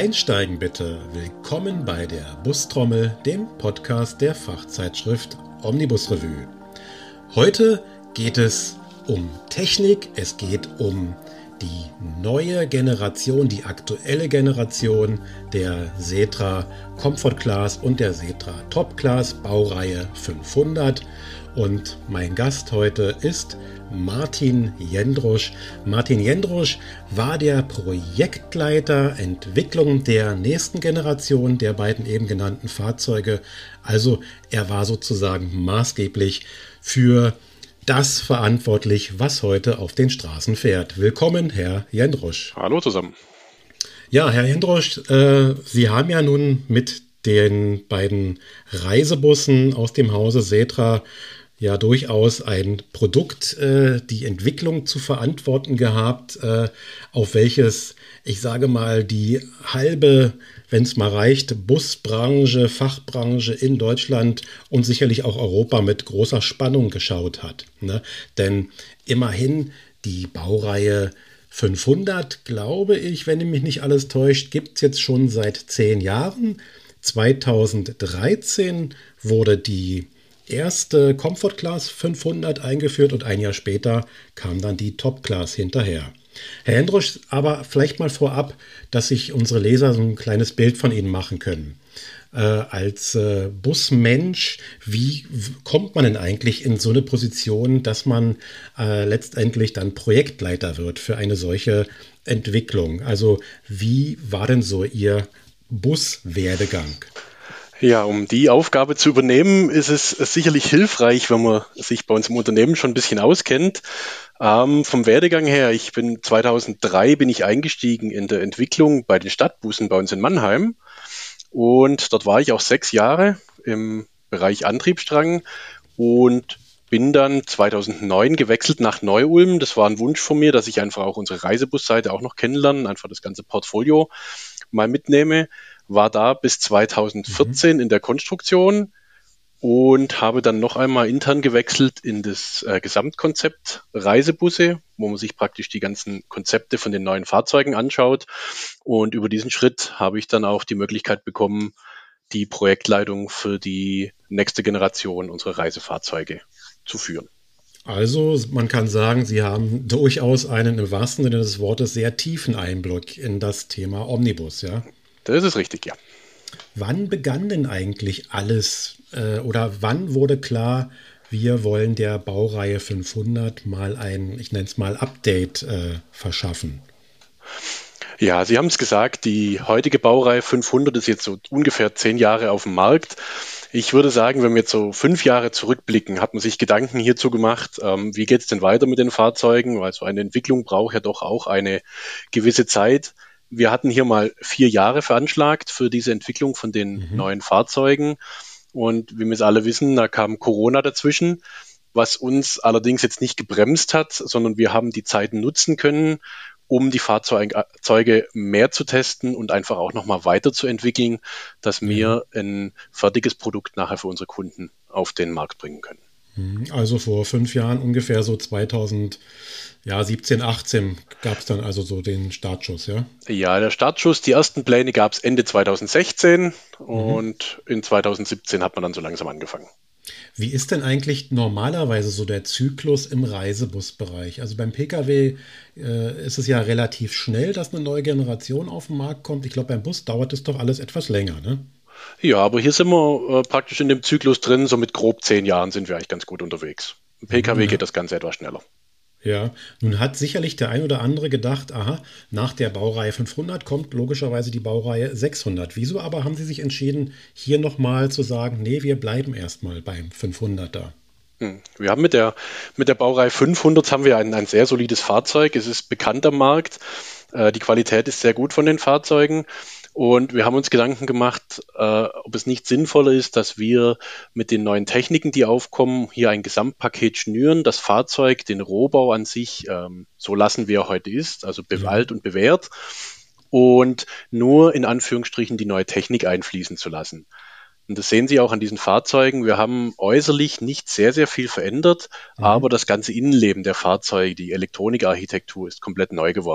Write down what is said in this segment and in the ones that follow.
Einsteigen bitte. Willkommen bei der Bustrommel, dem Podcast der Fachzeitschrift Omnibus Revue. Heute geht es um Technik, es geht um die neue Generation, die aktuelle Generation der Setra Comfort Class und der Setra Top Class Baureihe 500. Und mein Gast heute ist Martin Jendrusch. Martin Jendrusch war der Projektleiter Entwicklung der nächsten Generation der beiden eben genannten Fahrzeuge. Also er war sozusagen maßgeblich für das verantwortlich, was heute auf den Straßen fährt. Willkommen, Herr Jendrusch. Hallo zusammen. Ja, Herr Jendrusch, Sie haben ja nun mit den beiden Reisebussen aus dem Hause Setra ja durchaus ein Produkt, die Entwicklung zu verantworten gehabt, auf welches, ich sage mal, die halbe, wenn es mal reicht, Busbranche, Fachbranche in Deutschland und sicherlich auch Europa mit großer Spannung geschaut hat. Ne? Denn immerhin die Baureihe 500, glaube ich, wenn mich nicht alles täuscht, gibt es jetzt schon seit 10 Jahren. 2013 wurde die erste Comfort Class 500 eingeführt und ein Jahr später kam dann die Top Class hinterher. Herr Jendrusch, aber vielleicht mal vorab, dass sich unsere Leser so ein kleines Bild von Ihnen machen können. Als Busmensch, wie kommt man denn eigentlich in so eine Position, dass man letztendlich dann Projektleiter wird für eine solche Entwicklung? Also wie war denn so Ihr Buswerdegang? Ja, um die Aufgabe zu übernehmen, ist es sicherlich hilfreich, wenn man sich bei uns im Unternehmen schon ein bisschen auskennt. Vom Werdegang her, 2003 bin ich eingestiegen in der Entwicklung bei den Stadtbussen bei uns in Mannheim. Und dort war ich auch 6 Jahre im Bereich Antriebsstrang und bin dann 2009 gewechselt nach Neu-Ulm. Das war ein Wunsch von mir, dass ich einfach auch unsere Reisebusseite auch noch kennenlerne, einfach das ganze Portfolio mal mitnehme. War da bis 2014 in der Konstruktion und habe dann noch einmal intern gewechselt in das Gesamtkonzept Reisebusse, wo man sich praktisch die ganzen Konzepte von den neuen Fahrzeugen anschaut. Und über diesen Schritt habe ich dann auch die Möglichkeit bekommen, die Projektleitung für die nächste Generation unserer Reisefahrzeuge zu führen. Also man kann sagen, Sie haben durchaus einen im wahrsten Sinne des Wortes sehr tiefen Einblick in das Thema Omnibus, ja? Das ist richtig, ja. Wann begann denn eigentlich alles oder wann wurde klar, wir wollen der Baureihe 500 mal ein, ich nenne es mal Update verschaffen? Ja, Sie haben es gesagt, die heutige Baureihe 500 ist jetzt so ungefähr 10 Jahre auf dem Markt. Ich würde sagen, wenn wir jetzt so 5 Jahre zurückblicken, hat man sich Gedanken hierzu gemacht, wie geht es denn weiter mit den Fahrzeugen, weil so eine Entwicklung braucht ja doch auch eine gewisse Zeit. Wir hatten hier mal 4 Jahre veranschlagt für diese Entwicklung von den neuen Fahrzeugen. Und wie wir es alle wissen, da kam Corona dazwischen, was uns allerdings jetzt nicht gebremst hat, sondern wir haben die Zeiten nutzen können, um die Fahrzeuge mehr zu testen und einfach auch nochmal weiterzuentwickeln, dass wir ein fertiges Produkt nachher für unsere Kunden auf den Markt bringen können. Also vor 5 Jahren, ungefähr so 2017, 18 gab es dann also so den Startschuss, ja? Ja, der Startschuss, die ersten Pläne gab es Ende 2016 und in 2017 hat man dann so langsam angefangen. Wie ist denn eigentlich normalerweise so der Zyklus im Reisebusbereich? Also beim Pkw ist es ja relativ schnell, dass eine neue Generation auf den Markt kommt. Ich glaube, beim Bus dauert es doch alles etwas länger, ne? Ja, aber hier sind wir praktisch in dem Zyklus drin, so mit grob 10 Jahren sind wir eigentlich ganz gut unterwegs. Im Pkw geht das Ganze etwas schneller. Ja, nun hat sicherlich der ein oder andere gedacht, aha, nach der Baureihe 500 kommt logischerweise die Baureihe 600. Wieso aber haben Sie sich entschieden, hier nochmal zu sagen, nee, wir bleiben erstmal beim 500er? Wir haben mit der Baureihe 500 haben wir ein sehr solides Fahrzeug. Es ist bekannt am Markt. Die Qualität ist sehr gut von den Fahrzeugen. Und wir haben uns Gedanken gemacht, ob es nicht sinnvoller ist, dass wir mit den neuen Techniken, die aufkommen, hier ein Gesamtpaket schnüren, das Fahrzeug, den Rohbau an sich so lassen, wie er heute ist, also alt und bewährt, und nur in Anführungsstrichen die neue Technik einfließen zu lassen. Und das sehen Sie auch an diesen Fahrzeugen. Wir haben äußerlich nicht sehr, sehr viel verändert, aber das ganze Innenleben der Fahrzeuge, die Elektronikarchitektur ist komplett neu geworden.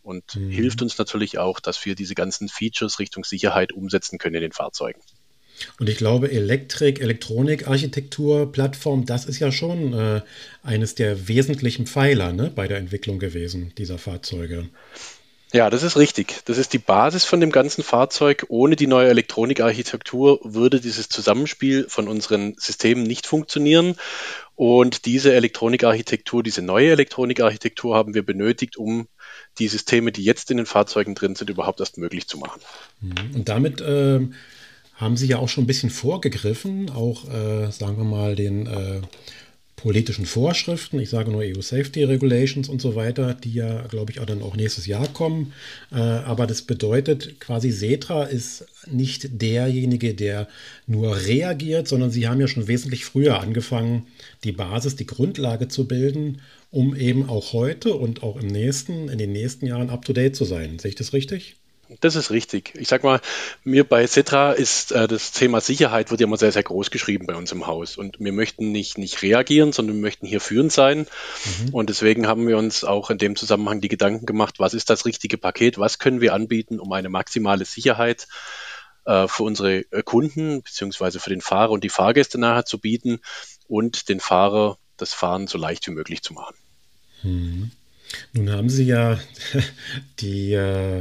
und hilft uns natürlich auch, dass wir diese ganzen Features Richtung Sicherheit umsetzen können in den Fahrzeugen. Und ich glaube, Elektronik-Architektur, Plattform, das ist ja schon eines der wesentlichen Pfeiler, ne, bei der Entwicklung gewesen, dieser Fahrzeuge. Ja, das ist richtig. Das ist die Basis von dem ganzen Fahrzeug. Ohne die neue Elektronikarchitektur würde dieses Zusammenspiel von unseren Systemen nicht funktionieren. Und diese Elektronikarchitektur, diese neue Elektronikarchitektur haben wir benötigt, um die Systeme, die jetzt in den Fahrzeugen drin sind, überhaupt erst möglich zu machen. Und damit haben Sie ja auch schon ein bisschen vorgegriffen, auch, sagen wir mal, den politischen Vorschriften, ich sage nur EU-Safety Regulations und so weiter, die ja, glaube ich, auch dann auch nächstes Jahr kommen. Aber das bedeutet quasi, Setra ist nicht derjenige, der nur reagiert, sondern Sie haben ja schon wesentlich früher angefangen, die Basis, die Grundlage zu bilden, um eben auch heute und auch in den nächsten Jahren up-to-date zu sein. Sehe ich das richtig? Das ist richtig. Ich sag mal, mir bei Setra ist das Thema Sicherheit wird ja immer sehr, sehr groß geschrieben bei uns im Haus. Und wir möchten nicht reagieren, sondern wir möchten hier führend sein. Und deswegen haben wir uns auch in dem Zusammenhang die Gedanken gemacht, was ist das richtige Paket, was können wir anbieten, um eine maximale Sicherheit für unsere Kunden beziehungsweise für den Fahrer und die Fahrgäste nachher zu bieten und den Fahrer das Fahren so leicht wie möglich zu machen. Nun haben Sie ja die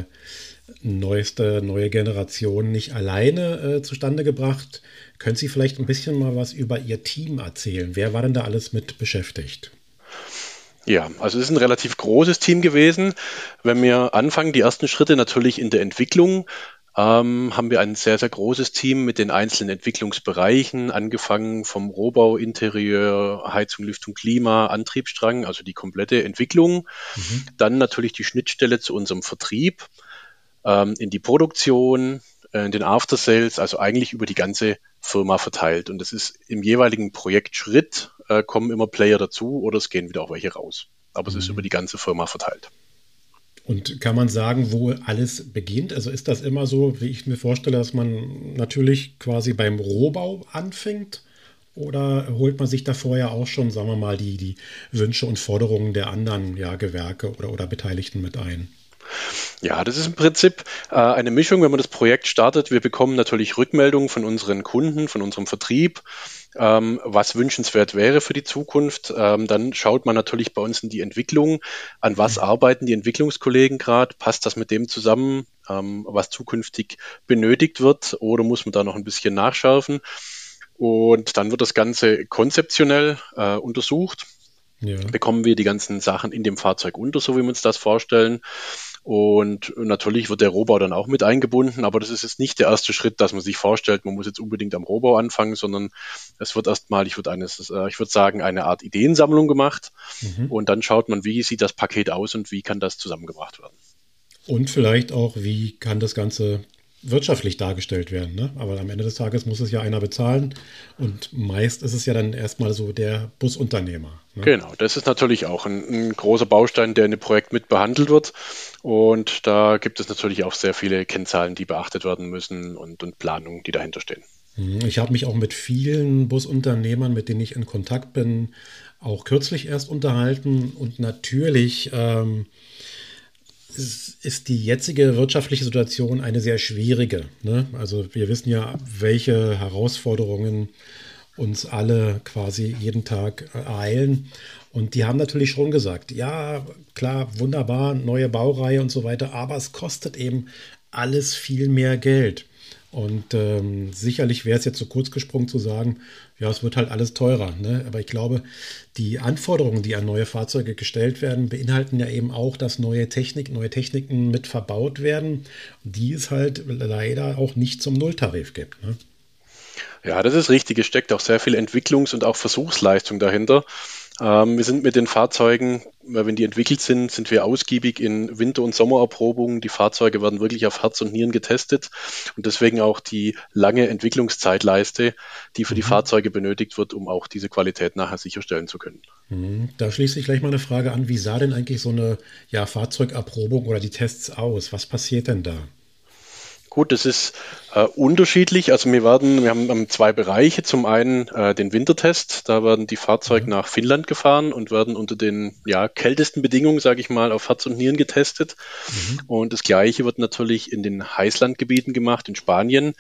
neue Generation nicht alleine zustande gebracht. Können Sie vielleicht ein bisschen mal was über Ihr Team erzählen? Wer war denn da alles mit beschäftigt? Ja, also es ist ein relativ großes Team gewesen. Wenn wir anfangen, die ersten Schritte natürlich in der Entwicklung, haben wir ein sehr, sehr großes Team mit den einzelnen Entwicklungsbereichen, angefangen vom Rohbau, Interieur, Heizung, Lüftung, Klima, Antriebsstrang, also die komplette Entwicklung. Dann natürlich die Schnittstelle zu unserem Vertrieb, in die Produktion, in den After Sales, also eigentlich über die ganze Firma verteilt. Und das ist im jeweiligen Projektschritt, kommen immer Player dazu oder es gehen wieder auch welche raus. Aber es ist über die ganze Firma verteilt. Und kann man sagen, wo alles beginnt? Also ist das immer so, wie ich mir vorstelle, dass man natürlich quasi beim Rohbau anfängt? Oder holt man sich da vorher auch schon, sagen wir mal, die Wünsche und Forderungen der anderen Gewerke oder Beteiligten mit ein? Ja, das ist im Prinzip eine Mischung, wenn man das Projekt startet. Wir bekommen natürlich Rückmeldungen von unseren Kunden, von unserem Vertrieb, was wünschenswert wäre für die Zukunft. Dann schaut man natürlich bei uns in die Entwicklung, an was arbeiten die Entwicklungskollegen gerade, passt das mit dem zusammen, was zukünftig benötigt wird oder muss man da noch ein bisschen nachschärfen. Und dann wird das Ganze konzeptionell untersucht. Ja. Bekommen wir die ganzen Sachen in dem Fahrzeug unter, so wie wir uns das vorstellen. Und natürlich wird der Rohbau dann auch mit eingebunden, aber das ist jetzt nicht der erste Schritt, dass man sich vorstellt, man muss jetzt unbedingt am Rohbau anfangen, sondern es wird erstmal, ich würde sagen, eine Art Ideensammlung gemacht und dann schaut man, wie sieht das Paket aus und wie kann das zusammengebracht werden. Und vielleicht auch, wie kann das Ganze wirtschaftlich dargestellt werden, ne? Aber am Ende des Tages muss es ja einer bezahlen und meist ist es ja dann erstmal so der Busunternehmer. Ne? Genau, das ist natürlich auch ein großer Baustein, der in dem Projekt mit behandelt wird. Und da gibt es natürlich auch sehr viele Kennzahlen, die beachtet werden müssen und Planungen, die dahinter stehen. Ich habe mich auch mit vielen Busunternehmern, mit denen ich in Kontakt bin, auch kürzlich erst unterhalten. Und natürlich ist die jetzige wirtschaftliche Situation eine sehr schwierige. Ne? Also wir wissen ja, welche Herausforderungen uns alle quasi jeden Tag ereilen. Und die haben natürlich schon gesagt, ja, klar, wunderbar, neue Baureihe und so weiter, aber es kostet eben alles viel mehr Geld. Und sicherlich wäre es jetzt so kurz gesprungen zu sagen, ja, es wird halt alles teurer. Ne? Aber ich glaube, die Anforderungen, die an neue Fahrzeuge gestellt werden, beinhalten ja eben auch, dass neue Techniken mit verbaut werden, die es halt leider auch nicht zum Nulltarif gibt. Ne? Ja, das ist richtig. Es steckt auch sehr viel Entwicklungs- und auch Versuchsleistung dahinter. Wir sind mit den Fahrzeugen, wenn die entwickelt sind, sind wir ausgiebig in Winter- und Sommererprobungen. Die Fahrzeuge werden wirklich auf Herz und Nieren getestet und deswegen auch die lange Entwicklungszeitleiste, die für die Fahrzeuge benötigt wird, um auch diese Qualität nachher sicherstellen zu können. Da schließt sich gleich mal eine Frage an, wie sah denn eigentlich so eine Fahrzeugerprobung oder die Tests aus? Was passiert denn da? Gut, das ist unterschiedlich. Also wir haben zwei Bereiche. Zum einen den Wintertest. Da werden die Fahrzeuge nach Finnland gefahren und werden unter den kältesten Bedingungen, sage ich mal, auf Herz und Nieren getestet. Und das Gleiche wird natürlich in den Heißlandgebieten gemacht, in Spanien,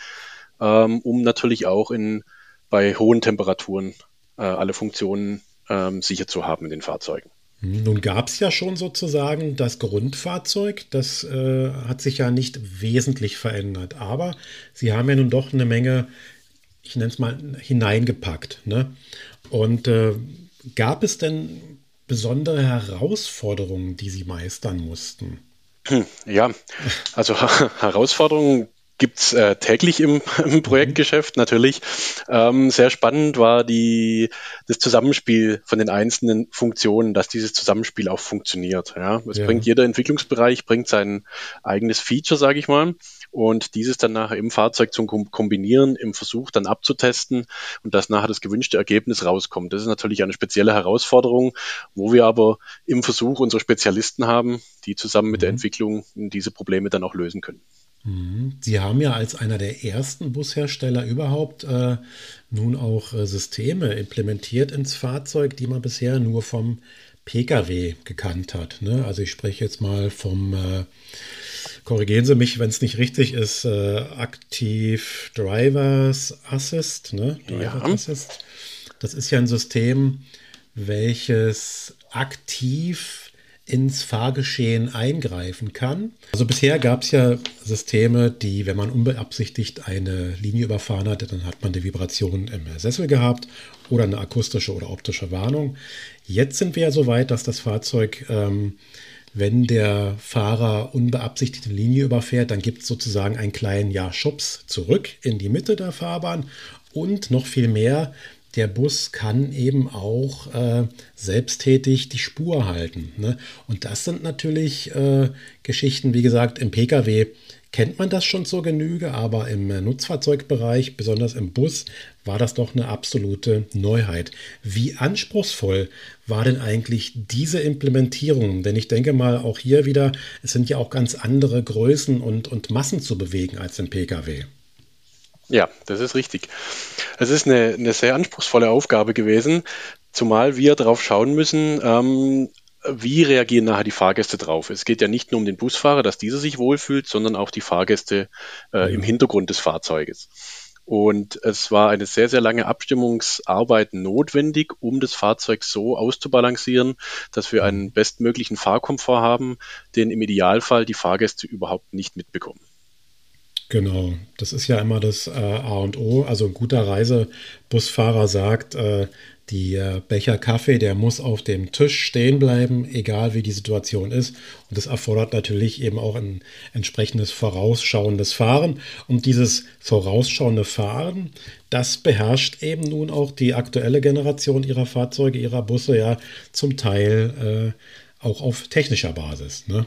um natürlich auch bei hohen Temperaturen alle Funktionen sicher zu haben in den Fahrzeugen. Nun gab es ja schon sozusagen das Grundfahrzeug, das hat sich ja nicht wesentlich verändert, aber Sie haben ja nun doch eine Menge, ich nenne es mal, hineingepackt, ne? Und gab es denn besondere Herausforderungen, die Sie meistern mussten? Ja, also Herausforderungen gibt's täglich im Projektgeschäft natürlich. Sehr spannend war das Zusammenspiel von den einzelnen Funktionen, dass dieses Zusammenspiel auch funktioniert. Ja, Ja. jeder Entwicklungsbereich bringt sein eigenes Feature, sage ich mal, und dieses dann nachher im Fahrzeug zum Kombinieren, im Versuch dann abzutesten und dass nachher das gewünschte Ergebnis rauskommt. Das ist natürlich eine spezielle Herausforderung, wo wir aber im Versuch unsere Spezialisten haben, die zusammen mit der Entwicklung diese Probleme dann auch lösen können. Sie haben ja als einer der ersten Bushersteller überhaupt nun auch Systeme implementiert ins Fahrzeug, die man bisher nur vom Pkw gekannt hat. Ne? Also ich spreche jetzt mal vom, korrigieren Sie mich, wenn es nicht richtig ist, Active Drivers Assist, ne? Ja, Driver Assist. Das ist ja ein System, welches aktiv ins Fahrgeschehen eingreifen kann. Also bisher gab es ja Systeme, die, wenn man unbeabsichtigt eine Linie überfahren hatte, dann hat man eine Vibration im Sessel gehabt oder eine akustische oder optische Warnung. Jetzt sind wir ja so weit, dass das Fahrzeug, wenn der Fahrer unbeabsichtigt eine Linie überfährt, dann gibt es sozusagen einen kleinen Schubs zurück in die Mitte der Fahrbahn und noch viel mehr. Der Bus kann eben auch selbsttätig die Spur halten. Ne? Und das sind natürlich Geschichten, wie gesagt, im Pkw kennt man das schon zur Genüge, aber im Nutzfahrzeugbereich, besonders im Bus, war das doch eine absolute Neuheit. Wie anspruchsvoll war denn eigentlich diese Implementierung? Denn ich denke mal auch hier wieder, es sind ja auch ganz andere Größen und Massen zu bewegen als im Pkw. ja, das ist richtig. Es ist eine sehr anspruchsvolle Aufgabe gewesen, zumal wir darauf schauen müssen, wie reagieren nachher die Fahrgäste drauf. Es geht ja nicht nur um den Busfahrer, dass dieser sich wohlfühlt, sondern auch die Fahrgäste im Hintergrund des Fahrzeuges. Und es war eine sehr, sehr lange Abstimmungsarbeit notwendig, um das Fahrzeug so auszubalancieren, dass wir einen bestmöglichen Fahrkomfort haben, den im Idealfall die Fahrgäste überhaupt nicht mitbekommen. Genau, das ist ja immer das A und O. Also ein guter Reisebusfahrer sagt, Becher Kaffee, der muss auf dem Tisch stehen bleiben, egal wie die Situation ist. Und das erfordert natürlich eben auch ein entsprechendes vorausschauendes Fahren. Und dieses vorausschauende Fahren, das beherrscht eben nun auch die aktuelle Generation ihrer Fahrzeuge, ihrer Busse ja zum Teil auch auf technischer Basis. Ne?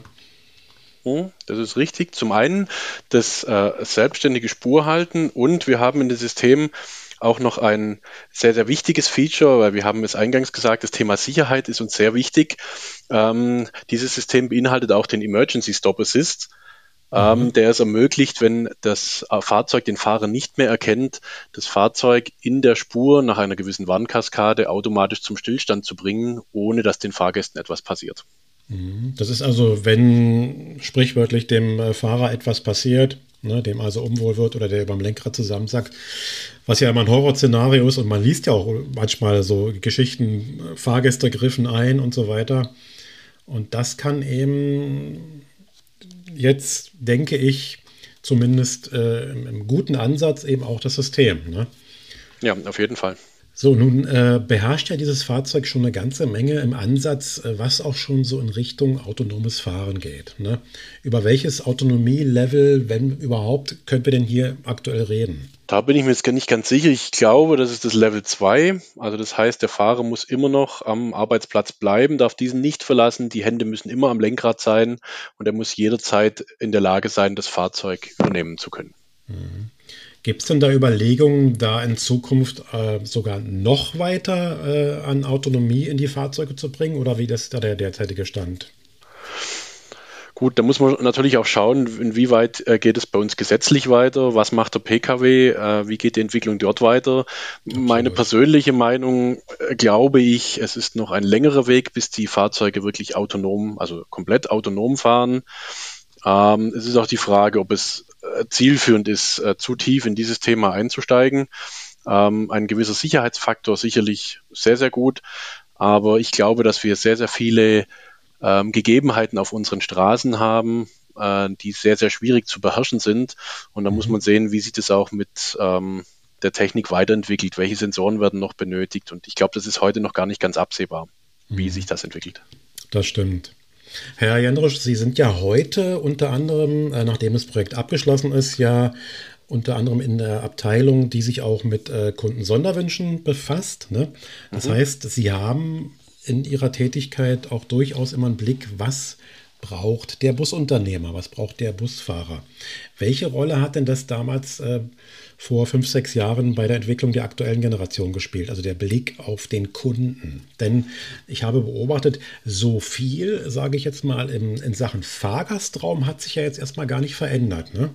Das ist richtig. Zum einen das selbstständige Spurhalten und wir haben in dem System auch noch ein sehr, sehr wichtiges Feature, weil wir haben es eingangs gesagt, das Thema Sicherheit ist uns sehr wichtig. Dieses System beinhaltet auch den Emergency Stop Assist, der es ermöglicht, wenn das Fahrzeug den Fahrer nicht mehr erkennt, das Fahrzeug in der Spur nach einer gewissen Warnkaskade automatisch zum Stillstand zu bringen, ohne dass den Fahrgästen etwas passiert. Das ist also, wenn sprichwörtlich dem Fahrer etwas passiert, ne, dem also unwohl wird oder der beim Lenkrad zusammensackt, was ja immer ein Horrorszenario ist und man liest ja auch manchmal so Geschichten, Fahrgäste griffen ein und so weiter. Und das kann eben jetzt, denke ich, zumindest im guten Ansatz eben auch das System. Ne? Ja, auf jeden Fall. So, nun beherrscht ja dieses Fahrzeug schon eine ganze Menge im Ansatz, was auch schon so in Richtung autonomes Fahren geht. Ne? Über welches Autonomie-Level, wenn überhaupt, können wir denn hier aktuell reden? Da bin ich mir jetzt nicht ganz sicher. Ich glaube, das ist das Level 2. Also das heißt, der Fahrer muss immer noch am Arbeitsplatz bleiben, darf diesen nicht verlassen. Die Hände müssen immer am Lenkrad sein und er muss jederzeit in der Lage sein, das Fahrzeug übernehmen zu können. Gibt es denn da Überlegungen, da in Zukunft sogar noch weiter an Autonomie in die Fahrzeuge zu bringen? Oder wie ist da der derzeitige Stand? Gut, da muss man natürlich auch schauen, inwieweit geht es bei uns gesetzlich weiter, was macht der Pkw, wie geht die Entwicklung dort weiter. Meine Absolut. persönliche Meinung, glaube ich, es ist noch ein längerer Weg, bis die Fahrzeuge wirklich autonom, also komplett autonom fahren. Es ist auch die Frage, ob es zielführend ist, zu tief in dieses Thema einzusteigen. Ein gewisser Sicherheitsfaktor sicherlich sehr, sehr gut, aber ich glaube, dass wir sehr, sehr viele Gegebenheiten auf unseren Straßen haben, die sehr, sehr schwierig zu beherrschen sind. Und da muss man sehen, wie sich das auch mit der Technik weiterentwickelt, welche Sensoren werden noch benötigt. Und ich glaube, das ist heute noch gar nicht ganz absehbar, wie sich das entwickelt. Das stimmt. Herr Jendrisch, Sie sind ja heute unter anderem, nachdem das Projekt abgeschlossen ist, ja unter anderem in der Abteilung, die sich auch mit Kundensonderwünschen befasst. Ne? Das heißt, Sie haben in Ihrer Tätigkeit auch durchaus immer einen Blick, was braucht der Busunternehmer, was braucht der Busfahrer. Welche Rolle hat denn das damals vor 5, 6 Jahren bei der Entwicklung der aktuellen Generation gespielt? Also der Blick auf den Kunden. Denn ich habe beobachtet, so viel, sage ich jetzt mal, in Sachen Fahrgastraum hat sich ja jetzt erstmal gar nicht verändert. Ne?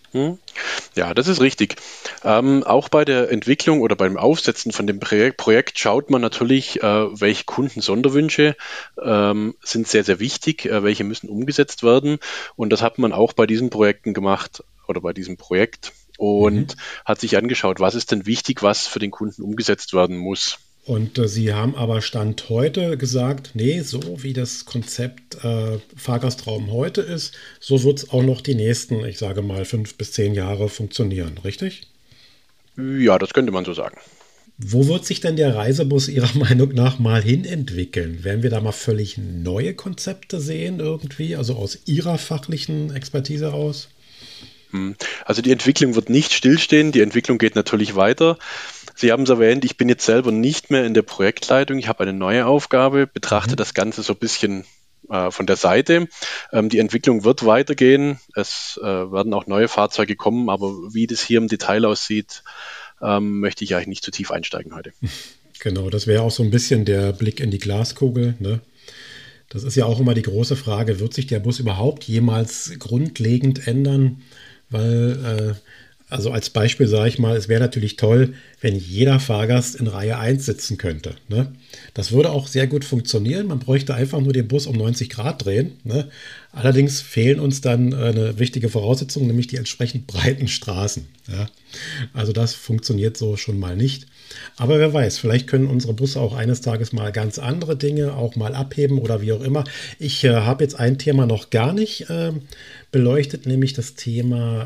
Ja, das ist richtig. Auch bei der Entwicklung oder beim Aufsetzen von dem Projekt schaut man natürlich, welche Kundensonderwünsche sind sehr, sehr wichtig, welche müssen umgesetzt werden. Und das hat man auch bei diesen Projekten gemacht oder bei diesem Projekt und hat sich angeschaut, was ist denn wichtig, was für den Kunden umgesetzt werden muss. Und Sie haben aber Stand heute gesagt, nee, so wie das Konzept Fahrgastraum heute ist, so wird es auch noch die nächsten, ich sage mal, 5 bis 10 Jahre funktionieren, richtig? Ja, das könnte man so sagen. Wo wird sich denn der Reisebus Ihrer Meinung nach mal hin entwickeln? Werden wir da mal völlig neue Konzepte sehen irgendwie, also aus Ihrer fachlichen Expertise raus? Also die Entwicklung wird nicht stillstehen, die Entwicklung geht natürlich weiter. Sie haben es erwähnt, ich bin jetzt selber nicht mehr in der Projektleitung, ich habe eine neue Aufgabe, betrachte das Ganze so ein bisschen von der Seite. Die Entwicklung wird weitergehen, es werden auch neue Fahrzeuge kommen, aber wie das hier im Detail aussieht, möchte ich eigentlich nicht zu tief einsteigen heute. Genau, das wäre auch so ein bisschen der Blick in die Glaskugel, ne? Das ist ja auch immer die große Frage, wird sich der Bus überhaupt jemals grundlegend ändern? Weil, also als Beispiel sage ich mal, es wäre natürlich toll, wenn jeder Fahrgast in Reihe 1 sitzen könnte. Ne? Das würde auch sehr gut funktionieren. Man bräuchte einfach nur den Bus um 90 Grad drehen. Ne? Allerdings fehlen uns dann eine wichtige Voraussetzung, nämlich die entsprechend breiten Straßen. Ja? Also das funktioniert so schon mal nicht. Aber wer weiß, vielleicht können unsere Busse auch eines Tages mal ganz andere Dinge auch mal abheben oder wie auch immer. Ich habe jetzt ein Thema noch gar nicht beleuchtet, nämlich das Thema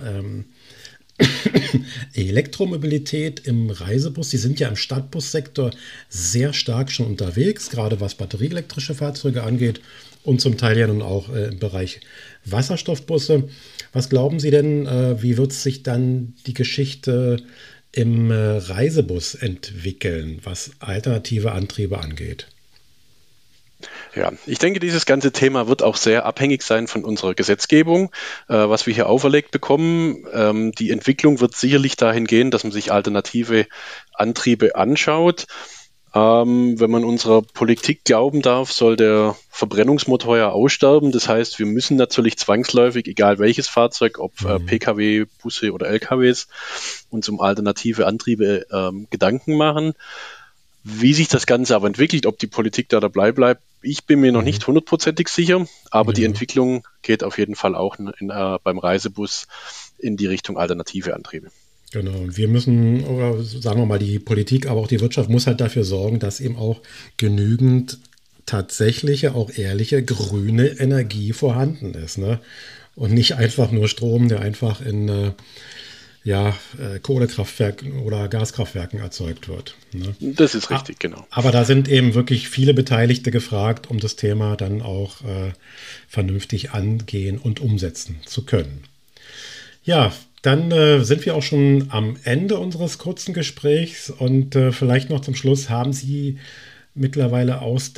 Elektromobilität im Reisebus. Sie sind ja im Stadtbussektor sehr stark schon unterwegs, gerade was batterieelektrische Fahrzeuge angeht und zum Teil ja nun auch im Bereich Wasserstoffbusse. Was glauben Sie denn, wie wird sich dann die Geschichte im Reisebus entwickeln, was alternative Antriebe angeht? Ja, ich denke, dieses ganze Thema wird auch sehr abhängig sein von unserer Gesetzgebung, was wir hier auferlegt bekommen. Die Entwicklung wird sicherlich dahin gehen, dass man sich alternative Antriebe anschaut. Wenn man unserer Politik glauben darf, soll der Verbrennungsmotor ja aussterben. Das heißt, wir müssen natürlich zwangsläufig, egal welches Fahrzeug, ob Pkw, Busse oder LKWs, uns um alternative Antriebe Gedanken machen. Wie sich das Ganze aber entwickelt, ob die Politik da dabei bleibt, ich bin mir noch nicht hundertprozentig sicher, aber die Entwicklung geht auf jeden Fall auch beim Reisebus in die Richtung alternative Antriebe. Genau, und wir müssen, oder sagen wir mal, die Politik, aber auch die Wirtschaft muss halt dafür sorgen, dass eben auch genügend tatsächliche, auch ehrliche grüne Energie vorhanden ist. Ne? Und nicht einfach nur Strom, der einfach in Kohlekraftwerken oder Gaskraftwerken erzeugt wird. Ne? Das ist richtig, genau. Aber da sind eben wirklich viele Beteiligte gefragt, um das Thema dann auch vernünftig angehen und umsetzen zu können. Ja, dann sind wir auch schon am Ende unseres kurzen Gesprächs und vielleicht noch zum Schluss, haben Sie mittlerweile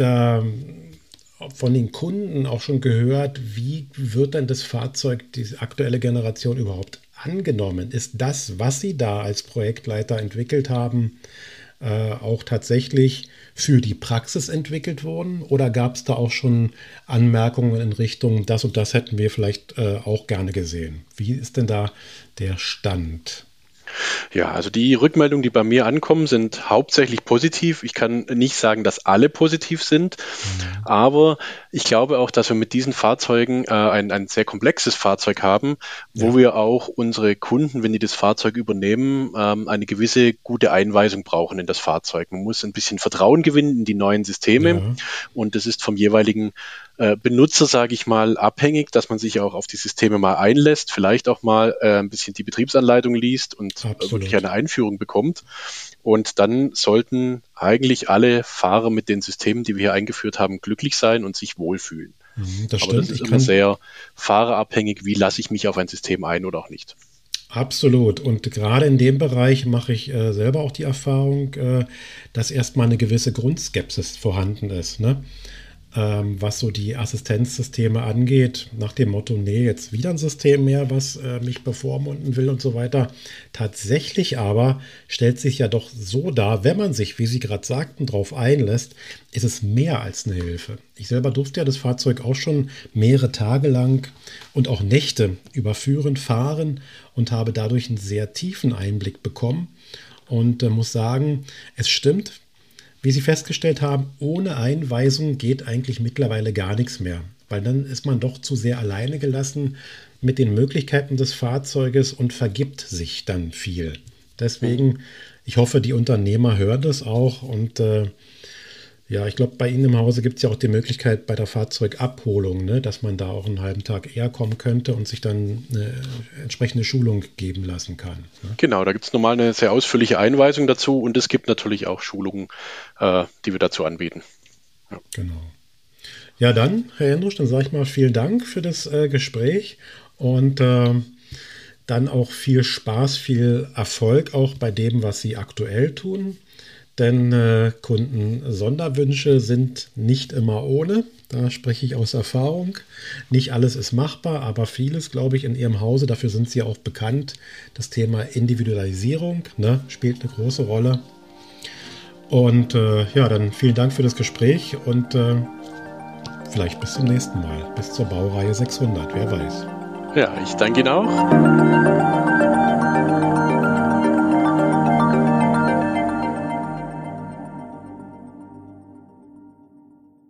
von den Kunden auch schon gehört, wie wird denn das Fahrzeug, diese aktuelle Generation überhaupt angenommen? Ist das, was Sie da als Projektleiter entwickelt haben, auch tatsächlich für die Praxis entwickelt wurden? Oder gab es da auch schon Anmerkungen in Richtung, das und das hätten wir vielleicht auch gerne gesehen? Wie ist denn da der Stand? Ja, also die Rückmeldungen, die bei mir ankommen, sind hauptsächlich positiv. Ich kann nicht sagen, dass alle positiv sind, aber ich glaube auch, dass wir mit diesen Fahrzeugen ein sehr komplexes Fahrzeug haben, wo wir auch unsere Kunden, wenn die das Fahrzeug übernehmen, eine gewisse gute Einweisung brauchen in das Fahrzeug. Man muss ein bisschen Vertrauen gewinnen in die neuen Systeme Ja, und das ist vom jeweiligen Benutzer, sage ich mal, abhängig, dass man sich auch auf die Systeme mal einlässt, vielleicht auch mal ein bisschen die Betriebsanleitung liest und wirklich absolut. eine Einführung bekommt. Und dann sollten eigentlich alle Fahrer mit den Systemen, die wir hier eingeführt haben, glücklich sein und sich wohlfühlen. Das Aber das stimmt. ist Ich immer kann sehr fahrerabhängig, wie lasse ich mich auf ein System ein oder auch nicht. absolut. Und gerade in dem Bereich mache ich selber auch die Erfahrung, dass erstmal eine gewisse Grundskepsis vorhanden ist, ne? Was so die Assistenzsysteme angeht, nach dem Motto, nee, jetzt wieder ein System mehr, was mich bevormunden will und so weiter. Tatsächlich aber stellt sich ja doch so dar, wenn man sich, wie Sie gerade sagten, darauf einlässt, ist es mehr als eine Hilfe. Ich selber durfte ja das Fahrzeug auch schon mehrere Tage lang und auch Nächte überführen, fahren und habe dadurch einen sehr tiefen Einblick bekommen und muss sagen, es stimmt, wie Sie festgestellt haben, ohne Einweisung geht eigentlich mittlerweile gar nichts mehr, weil dann ist man doch zu sehr alleine gelassen mit den Möglichkeiten des Fahrzeuges und vergibt sich dann viel. Deswegen, ich hoffe, die Unternehmer hören das auch und ja, ich glaube, bei Ihnen im Hause gibt es ja auch die Möglichkeit bei der Fahrzeugabholung, ne, dass man da auch einen halben Tag eher kommen könnte und sich dann eine entsprechende Schulung geben lassen kann. Ne? Genau, da gibt es normal eine sehr ausführliche Einweisung dazu und es gibt natürlich auch Schulungen, die wir dazu anbieten. Ja. Genau. Ja, dann, Herr Hendrusch, dann sage ich mal vielen Dank für das Gespräch und dann auch viel Spaß, viel Erfolg auch bei dem, was Sie aktuell tun. Denn Kunden-Sonderwünsche sind nicht immer ohne. Da spreche ich aus Erfahrung. Nicht alles ist machbar, aber vieles, glaube ich, in Ihrem Hause, dafür sind Sie auch bekannt. Das Thema Individualisierung, ne, spielt eine große Rolle. Und ja, dann vielen Dank für das Gespräch und vielleicht bis zum nächsten Mal, bis zur Baureihe 600, wer weiß. Ja, ich danke Ihnen auch.